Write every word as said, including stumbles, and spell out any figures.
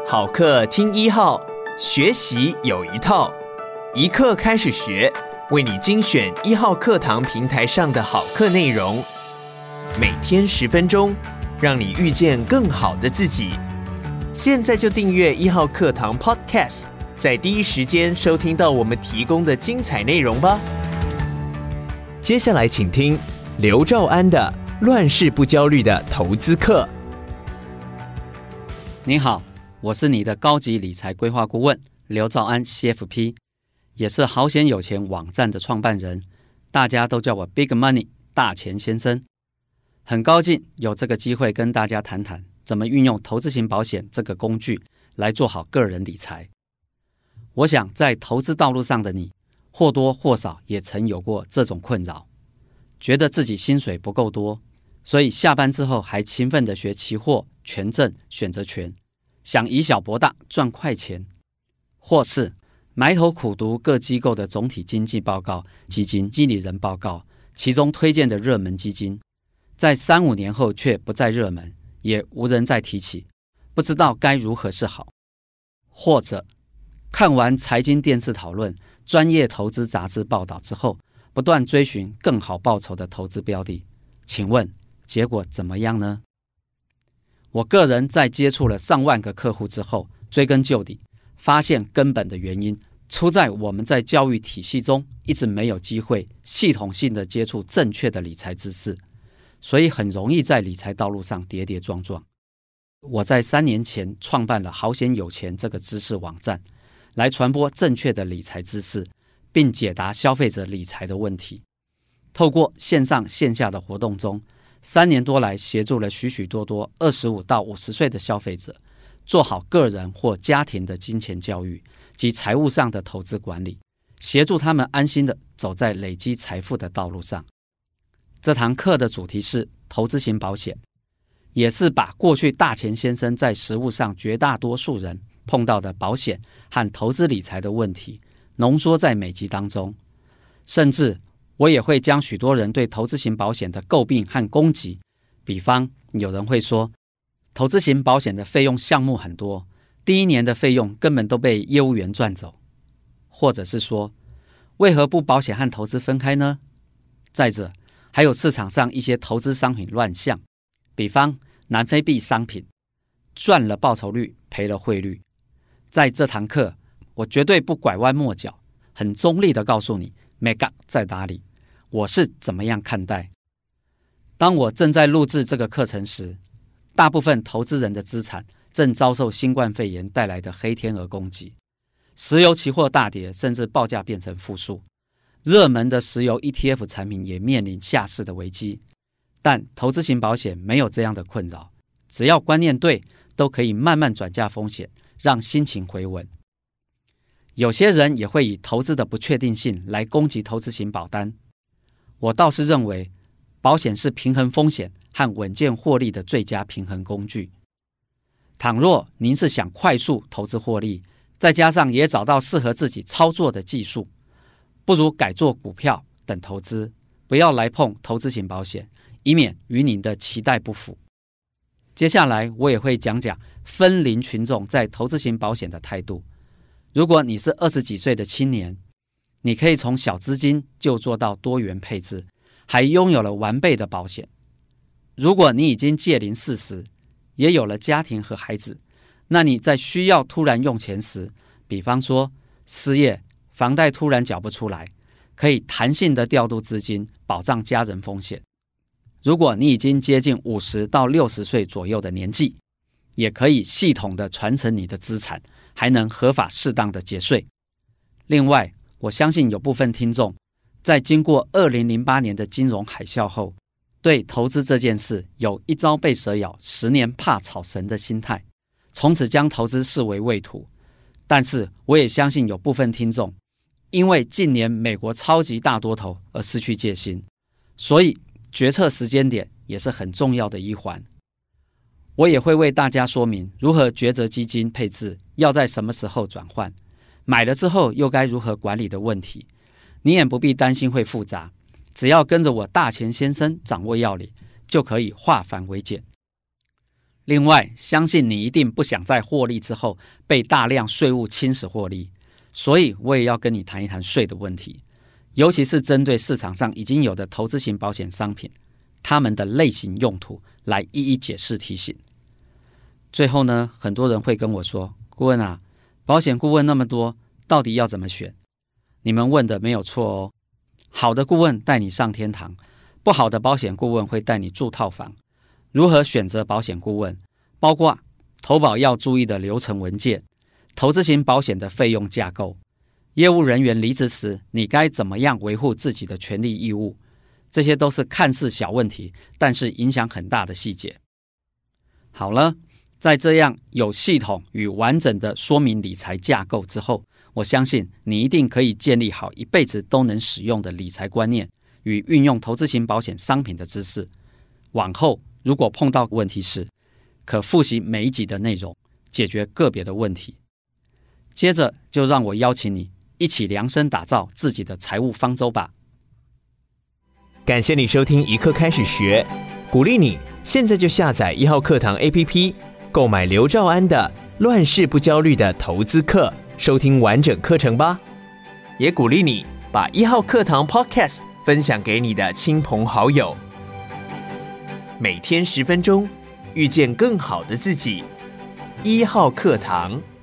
好课听一号，学习有一套，一课开始学，为你精选一号课堂平台上的好课内容，每天十分钟，让你遇见更好的自己。现在就订阅一号课堂 Podcast， 在第一时间收听到我们提供的精彩内容吧。接下来请听刘兆安的《乱世不焦虑的投资课》。 你好，我是你的高级理财规划顾问刘兆安 C F P， 也是好险有钱网站的创办人，大家都叫我 Big Money 大钱先生。很高兴有这个机会跟大家谈谈怎么运用投资型保险这个工具来做好个人理财。我想在投资道路上的你或多或少也曾有过这种困扰，觉得自己薪水不够多，所以下班之后还勤奋地学期货、权证、选择权，想以小博大赚快钱，或是埋头苦读各机构的总体经济报告、基金经理人报告，其中推荐的热门基金，在三五年后却不再热门，也无人再提起，不知道该如何是好。或者看完财经电视讨论、专业投资杂志报道之后，不断追寻更好报酬的投资标的，请问结果怎么样呢？我个人在接触了上万个客户之后，追根究底，发现根本的原因出在我们在教育体系中一直没有机会系统性的接触正确的理财知识，所以很容易在理财道路上跌跌撞撞。我在三年前创办了好险有钱这个知识网站，来传播正确的理财知识，并解答消费者理财的问题。透过线上线下的活动中，三年多来协助了许许多多二十五到五十岁的消费者做好个人或家庭的金钱教育及财务上的投资管理，协助他们安心的走在累积财富的道路上。这堂课的主题是投资型保险，也是把过去大钱先生在实务上绝大多数人碰到的保险和投资理财的问题浓缩在每集当中，甚至我也会将许多人对投资型保险的诟病和攻击，比方有人会说投资型保险的费用项目很多，第一年的费用根本都被业务员赚走，或者是说为何不保险和投资分开呢？再者还有市场上一些投资商品乱象，比方南非币商品，赚了报酬率，赔了汇率。在这堂课我绝对不拐弯抹角，很中立的告诉你Mega 在哪里，我是怎么样看待。当我正在录制这个课程时，大部分投资人的资产正遭受新冠肺炎带来的黑天鹅攻击，石油期货大跌，甚至报价变成负数，热门的石油 E T F 产品也面临下市的危机。但投资型保险没有这样的困扰，只要观念对，都可以慢慢转嫁风险，让心情回稳。有些人也会以投资的不确定性来攻击投资型保单，我倒是认为保险是平衡风险和稳健获利的最佳平衡工具。倘若您是想快速投资获利，再加上也找到适合自己操作的技术，不如改做股票等投资，不要来碰投资型保险，以免与您的期待不符。接下来我也会讲讲分龄群众在投资型保险的态度。如果你是二十几岁的青年，你可以从小资金就做到多元配置，还拥有了完备的保险。如果你已经届龄四十，也有了家庭和孩子，那你在需要突然用钱时，比方说失业、房贷突然缴不出来，可以弹性的调度资金，保障家人风险。如果你已经接近五十到六十岁左右的年纪，也可以系统的传承你的资产，还能合法适当的节税。另外，我相信有部分听众在经过二零零八年的金融海啸后，对投资这件事有一朝被蛇咬，十年怕草绳的心态，从此将投资视为畏途。但是我也相信有部分听众因为近年美国超级大多头而失去戒心，所以决策时间点也是很重要的一环。我也会为大家说明如何抉择基金配置，要在什么时候转换，买了之后又该如何管理的问题。你也不必担心会复杂，只要跟着我大钱先生掌握要领，就可以化繁为简。 另外，相信你一定不想在获利之后被大量税务侵蚀获利，所以我也要跟你谈一谈税的问题，尤其是针对市场上已经有的投资型保险商品，它们的类型用途来一一解释提醒。最后呢，很多人会跟我说，顾问啊，保险顾问那么多，到底要怎么选？你们问的没有错哦，好的顾问带你上天堂，不好的保险顾问会带你住套房。如何选择保险顾问，包括投保要注意的流程文件，投资型保险的费用架构，业务人员离职时你该怎么样维护自己的权利义务，这些都是看似小问题，但是影响很大的细节。好了，在这样有系统与完整的说明理财架构之后，我相信你一定可以建立好一辈子都能使用的理财观念与运用投资型保险商品的知识。往后如果碰到问题时，可复习每一集的内容，解决个别的问题。接着就让我邀请你一起量身打造自己的财务方舟吧。 感谢你收听一课开始学，鼓励你现在就下载一号课堂 A P P， 购买刘兆安的乱世不焦虑的投资课，收听完整课程吧。也鼓励你把一号课堂 Podcast 分享给你的亲朋好友。每天十分钟，遇见更好的自己。一号课堂。